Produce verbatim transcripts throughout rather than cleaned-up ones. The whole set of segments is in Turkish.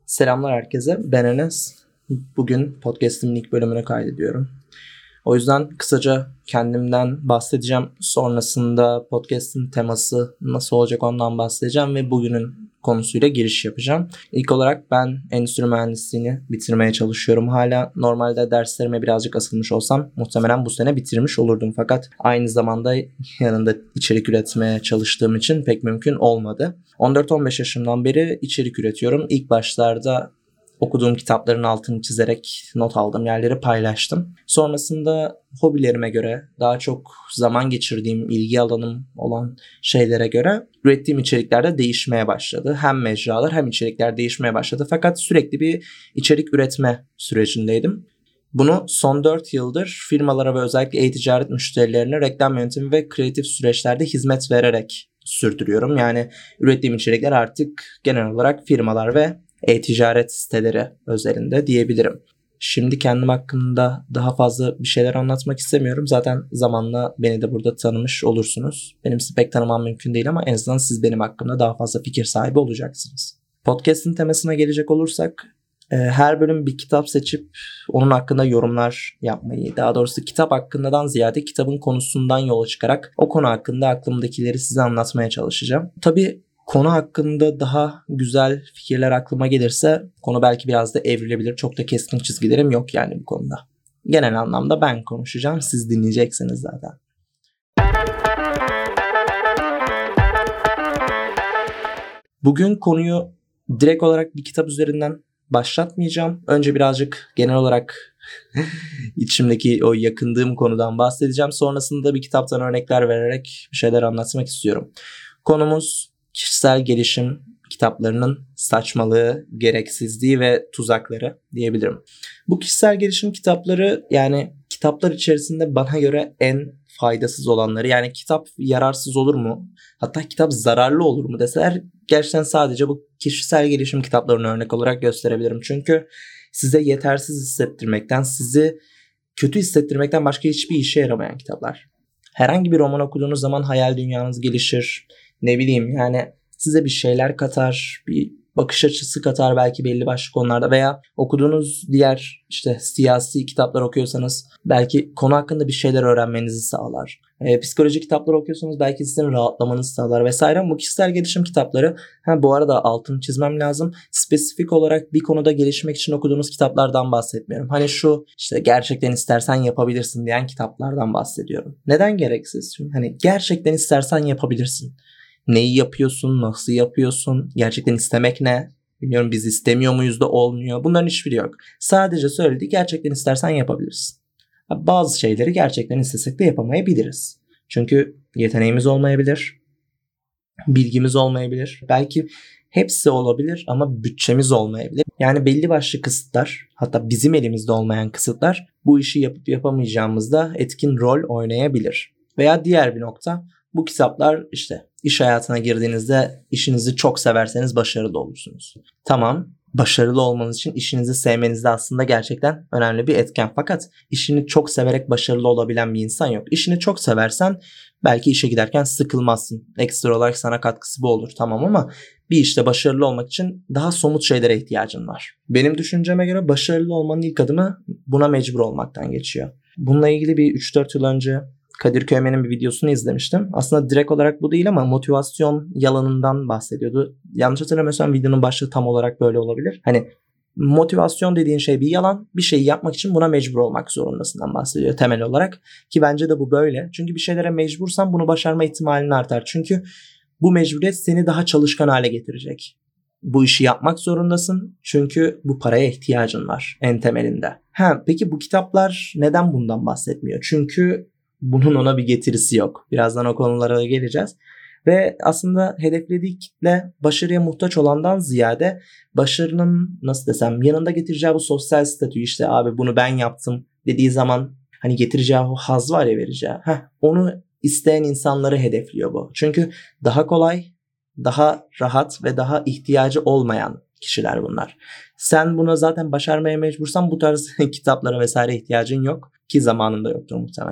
Selamlar herkese. Ben Enes. Bugün podcast'imin ilk bölümünü kaydediyorum. O yüzden kısaca kendimden bahsedeceğim. Sonrasında podcast'in teması nasıl olacak ondan bahsedeceğim ve bugünün konusuyla giriş yapacağım. İlk olarak ben endüstri mühendisliğini bitirmeye çalışıyorum. Hala normalde derslerime birazcık asılmış olsam muhtemelen bu sene bitirmiş olurdum. Fakat aynı zamanda yanında içerik üretmeye çalıştığım için pek mümkün olmadı. on dört on beş yaşımdan beri içerik üretiyorum. İlk başlarda okuduğum kitapların altını çizerek not aldığım yerleri paylaştım. Sonrasında hobilerime göre, daha çok zaman geçirdiğim, ilgi alanım olan şeylere göre ürettiğim içerikler de değişmeye başladı. Hem mecralar hem içerikler değişmeye başladı. Fakat sürekli bir içerik üretme sürecindeydim. Bunu son dört yıldır firmalara ve özellikle e-ticaret müşterilerine reklam yönetimi ve kreatif süreçlerde hizmet vererek sürdürüyorum. Yani ürettiğim içerikler artık genel olarak firmalar ve e-ticaret siteleri özelinde diyebilirim. Şimdi kendim hakkında daha fazla bir şeyler anlatmak istemiyorum. Zaten zamanla beni de burada tanımış olursunuz. Benim sizi pek tanımam mümkün değil ama en azından siz benim hakkımda daha fazla fikir sahibi olacaksınız. Podcast'in temasına gelecek olursak, her bölüm bir kitap seçip onun hakkında yorumlar yapmayı, daha doğrusu kitap hakkındadan ziyade kitabın konusundan yola çıkarak o konu hakkında aklımdakileri size anlatmaya çalışacağım. Tabii konu hakkında daha güzel fikirler aklıma gelirse konu belki biraz da evrilebilir. Çok da keskin çizgilerim yok yani bu konuda. Genel anlamda ben konuşacağım, siz dinleyeceksiniz zaten. Bugün konuyu direkt olarak bir kitap üzerinden başlatmayacağım. Önce birazcık genel olarak içimdeki o yakındığım konudan bahsedeceğim. Sonrasında bir kitaptan örnekler vererek bir şeyler anlatmak istiyorum. Konumuz kişisel gelişim kitaplarının saçmalığı, gereksizliği ve tuzakları diyebilirim. Bu kişisel gelişim kitapları, yani kitaplar içerisinde bana göre en faydasız olanları, yani kitap yararsız olur mu? Hatta kitap zararlı olur mu deseler gerçekten sadece bu kişisel gelişim kitaplarını örnek olarak gösterebilirim. Çünkü size yetersiz hissettirmekten, sizi kötü hissettirmekten başka hiçbir işe yaramayan kitaplar. Herhangi bir roman okuduğunuz zaman hayal dünyanız gelişir. Ne bileyim yani size bir şeyler katar, bir bakış açısı katar belki belli başlı konularda veya okuduğunuz diğer işte siyasi kitaplar okuyorsanız belki konu hakkında bir şeyler öğrenmenizi sağlar. E, psikoloji kitapları okuyorsanız belki sizin rahatlamanızı sağlar vesaire. Bu kişisel gelişim kitapları, ha bu arada altını çizmem lazım, spesifik olarak bir konuda gelişmek için okuduğunuz kitaplardan bahsetmiyorum. Hani şu işte gerçekten istersen yapabilirsin diyen kitaplardan bahsediyorum. Neden gereksiz? Hani gerçekten istersen yapabilirsin. Neyi yapıyorsun, nasıl yapıyorsun, gerçekten istemek ne? Bilmiyorum, biz istemiyor muyuz da olmuyor. Bunların hiçbiri yok. Sadece söylediği gerçekten istersen yapabilirsin. Bazı şeyleri gerçekten istesek de yapamayabiliriz. Çünkü yeteneğimiz olmayabilir, bilgimiz olmayabilir. Belki hepsi olabilir ama bütçemiz olmayabilir. Yani belli başlı kısıtlar, hatta bizim elimizde olmayan kısıtlar bu işi yapıp yapamayacağımızda etkin rol oynayabilir. Veya diğer bir nokta, bu kitaplar işte iş hayatına girdiğinizde işinizi çok severseniz başarılı olursunuz. Tamam, başarılı olmanız için işinizi sevmeniz de aslında gerçekten önemli bir etken. Fakat işini çok severek başarılı olabilen bir insan yok. İşini çok seversen belki işe giderken sıkılmazsın. Ekstra olarak sana katkısı bu olur, tamam, ama bir işte başarılı olmak için daha somut şeylere ihtiyacın var. Benim düşünceme göre başarılı olmanın ilk adımı buna mecbur olmaktan geçiyor. Bununla ilgili bir üç dört yıl önce Kadir Köymen'in bir videosunu izlemiştim. Aslında direkt olarak bu değil ama motivasyon yalanından bahsediyordu. Yanlış hatırlamıyorsam videonun başlığı tam olarak böyle olabilir. Hani motivasyon dediğin şey bir yalan. Bir şeyi yapmak için buna mecbur olmak zorundasından bahsediyor temel olarak. Ki bence de bu böyle. Çünkü bir şeylere mecbursan bunu başarma ihtimalin artar. Çünkü bu mecburiyet seni daha çalışkan hale getirecek. Bu işi yapmak zorundasın. Çünkü bu paraya ihtiyacın var en temelinde. Ha, peki bu kitaplar neden bundan bahsetmiyor? Çünkü bunun ona bir getirisi yok. Birazdan o konulara geleceğiz. Ve aslında hedeflediği kitle başarıya muhtaç olandan ziyade başarının nasıl desem yanında getireceği bu sosyal statü, işte abi bunu ben yaptım dediği zaman hani getireceği o haz var ya, vereceği. Heh, onu isteyen insanları hedefliyor bu. Çünkü daha kolay, daha rahat ve daha ihtiyacı olmayan kişiler bunlar. Sen buna zaten başarmaya mecbursan bu tarz kitaplara vesaire ihtiyacın yok ki zamanında yoktur muhtemelen.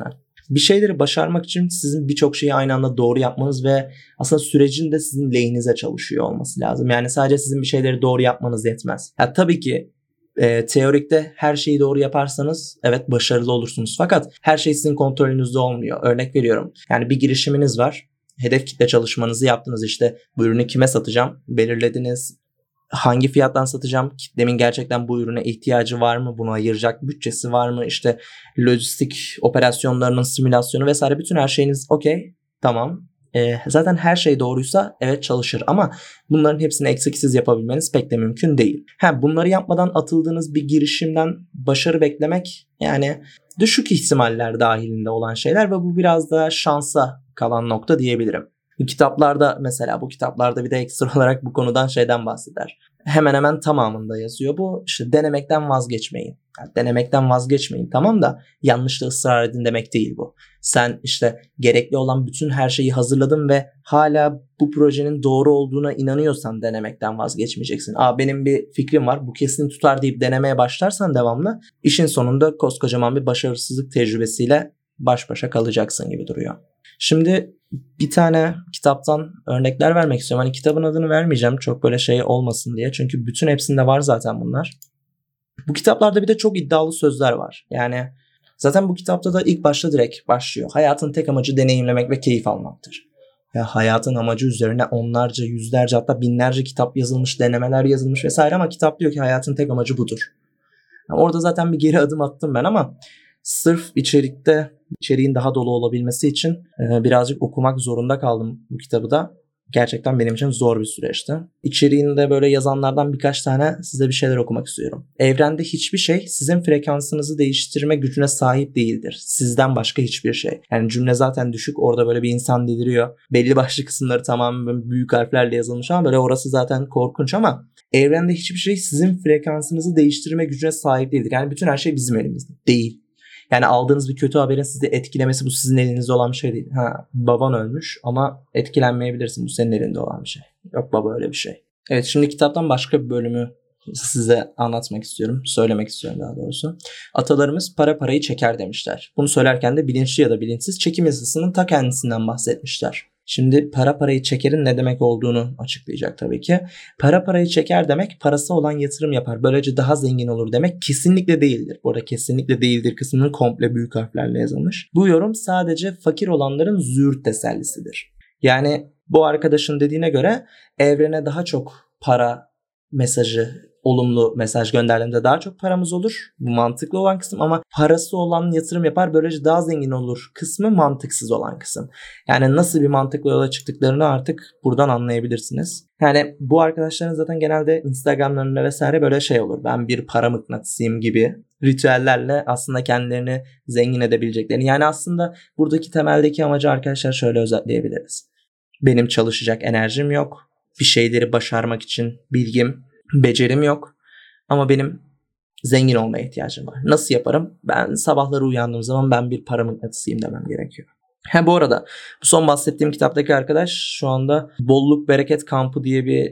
Bir şeyleri başarmak için sizin birçok şeyi aynı anda doğru yapmanız ve aslında sürecin de sizin lehinize çalışıyor olması lazım. Yani sadece sizin bir şeyleri doğru yapmanız yetmez. Ya tabii ki e, teorikte her şeyi doğru yaparsanız evet başarılı olursunuz. Fakat her şey sizin kontrolünüzde olmuyor. Örnek veriyorum. Yani bir girişiminiz var. Hedef kitle çalışmanızı yaptınız, işte bu ürünü kime satacağım belirlediniz. Hangi fiyattan satacağım? Kitlemin gerçekten bu ürüne ihtiyacı var mı? Buna ayıracak bütçesi var mı? İşte lojistik operasyonlarının simülasyonu vesaire, bütün her şeyiniz okey. Tamam. Ee, zaten her şey doğruysa evet çalışır ama bunların hepsini eksiksiz yapabilmeniz pek de mümkün değil. Ha, bunları yapmadan atıldığınız bir girişimden başarı beklemek yani düşük ihtimaller dahilinde olan şeyler ve bu biraz da şansa kalan nokta diyebilirim. Kitaplarda mesela, bu kitaplarda bir de ekstra olarak bu konudan şeyden bahseder. Hemen hemen tamamında yazıyor bu. İşte denemekten vazgeçmeyin. Yani denemekten vazgeçmeyin tamam da yanlışta ısrar edin demek değil bu. Sen işte gerekli olan bütün her şeyi hazırladın ve hala bu projenin doğru olduğuna inanıyorsan denemekten vazgeçmeyeceksin. Aa benim bir fikrim var, bu kesin tutar deyip denemeye başlarsan devamlı işin sonunda koskocaman bir başarısızlık tecrübesiyle baş başa kalacaksın gibi duruyor. Şimdi bir tane kitaptan örnekler vermek istiyorum. Hani kitabın adını vermeyeceğim çok böyle şey olmasın diye. Çünkü bütün hepsinde var zaten bunlar. Bu kitaplarda bir de çok iddialı sözler var. Yani zaten bu kitapta da ilk başta direkt başlıyor. Hayatın tek amacı deneyimlemek ve keyif almaktır. Ya hayatın amacı üzerine onlarca, yüzlerce hatta binlerce kitap yazılmış, denemeler yazılmış vesaire ama kitap diyor ki hayatın tek amacı budur. Yani orada zaten bir geri adım attım ben ama sırf içerikte, içeriğin daha dolu olabilmesi için e, birazcık okumak zorunda kaldım bu kitabı da. Gerçekten benim için zor bir süreçti. İçeriğinde böyle yazanlardan birkaç tane size bir şeyler okumak istiyorum. Evrende hiçbir şey sizin frekansınızı değiştirme gücüne sahip değildir. Sizden başka hiçbir şey. Yani cümle zaten düşük. Orada böyle bir insan deliriyor. Belli başlı kısımları tamamen büyük harflerle yazılmış ama böyle orası zaten korkunç ama evrende hiçbir şey sizin frekansınızı değiştirme gücüne sahip değildir. Yani bütün her şey bizim elimizde. Değil. Yani aldığınız bir kötü haberin sizi etkilemesi bu sizin elinizde olan bir şey değil. Ha, baban ölmüş ama etkilenmeyebilirsin. Bu senin elinde olan bir şey. Yok baba öyle bir şey. Evet, şimdi kitaptan başka bir bölümü size anlatmak istiyorum. Söylemek istiyorum daha doğrusu. Atalarımız para parayı çeker demişler. Bunu söylerken de bilinçli ya da bilinçsiz çekim yasasının ta kendisinden bahsetmişler. Şimdi para parayı çekerin ne demek olduğunu açıklayacak tabii ki. Para parayı çeker demek parası olan yatırım yapar, böylece daha zengin olur demek kesinlikle değildir. Bu arada kesinlikle değildir kısmının komple büyük harflerle yazılmış. Bu yorum sadece fakir olanların züğürt tesellisidir. Yani bu arkadaşın dediğine göre evrene daha çok para mesajı, olumlu mesaj gönderdiğimde daha çok paramız olur. Bu mantıklı olan kısım ama parası olan yatırım yapar, böylece daha zengin olur kısmı mantıksız olan kısım. Yani nasıl bir mantıklı yola çıktıklarını artık buradan anlayabilirsiniz. Yani bu arkadaşların zaten genelde Instagram'larında vesaire böyle şey olur. Ben bir para mıknatısıyım gibi ritüellerle aslında kendilerini zengin edebileceklerini. Yani aslında buradaki temeldeki amacı arkadaşlar şöyle özetleyebiliriz. Benim çalışacak enerjim yok. Bir şeyleri başarmak için bilgim, becerim yok ama benim zengin olmaya ihtiyacım var. Nasıl yaparım? Ben sabahları uyandığım zaman ben bir para mıknatısıyım demem gerekiyor. Ha bu arada bu son bahsettiğim kitaptaki arkadaş şu anda Bolluk Bereket Kampı diye bir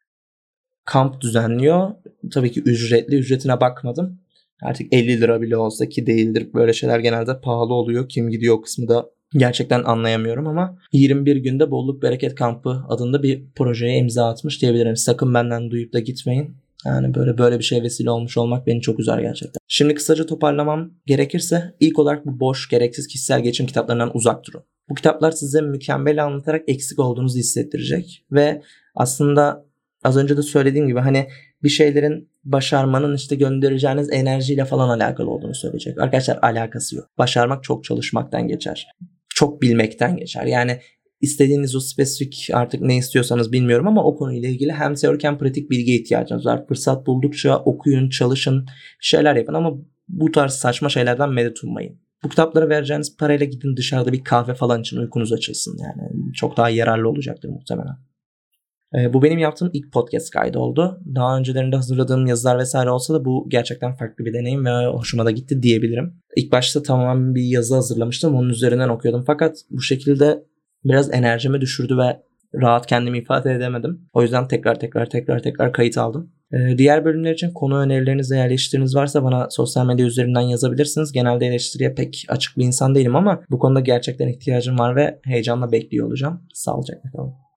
kamp düzenliyor. Tabii ki ücretli, ücretine bakmadım. Artık elli lira bile olsa ki değildir. Böyle şeyler genelde pahalı oluyor. Kim gidiyor o kısmı da gerçekten anlayamıyorum ama yirmi bir günde Bolluk Bereket Kampı adında bir projeye imza atmış diyebilirim. Sakın benden duyup da gitmeyin. Yani böyle böyle bir şey vesile olmuş olmak beni çok üzer gerçekten. Şimdi kısaca toparlamam gerekirse ilk olarak bu boş, gereksiz kişisel gelişim kitaplarından uzak durun. Bu kitaplar size mükemmel anlatarak eksik olduğunuzu hissettirecek ve aslında az önce de söylediğim gibi hani bir şeylerin başarmanın işte göndereceğiniz enerjiyle falan alakalı olduğunu söyleyecek. Arkadaşlar alakası yok. Başarmak çok çalışmaktan geçer. Çok bilmekten geçer. Yani istediğiniz o spesifik artık ne istiyorsanız bilmiyorum ama o konuyla ilgili hem teorik hem pratik bilgiye ihtiyacınız var. Fırsat buldukça okuyun, çalışın, şeyler yapın ama bu tarz saçma şeylerden medet ummayın. Bu kitapları vereceğiniz parayla gidin dışarıda bir kahve falan için uykunuz açılsın. Yani çok daha yararlı olacaktır muhtemelen. Ee, bu benim yaptığım ilk podcast kaydı oldu. Daha öncelerinde hazırladığım yazılar vesaire olsa da bu gerçekten farklı bir deneyim ve hoşuma da gitti diyebilirim. İlk başta tamamen bir yazı hazırlamıştım. Onun üzerinden okuyordum. Fakat bu şekilde biraz enerjimi düşürdü ve rahat kendimi ifade edemedim. O yüzden tekrar tekrar tekrar tekrar kayıt aldım. Ee, diğer bölümler için konu önerileriniz veya eleştiriniz varsa bana sosyal medya üzerinden yazabilirsiniz. Genelde eleştiriye pek açık bir insan değilim ama bu konuda gerçekten ihtiyacım var ve heyecanla bekliyor olacağım. Sağlıcakla kalın.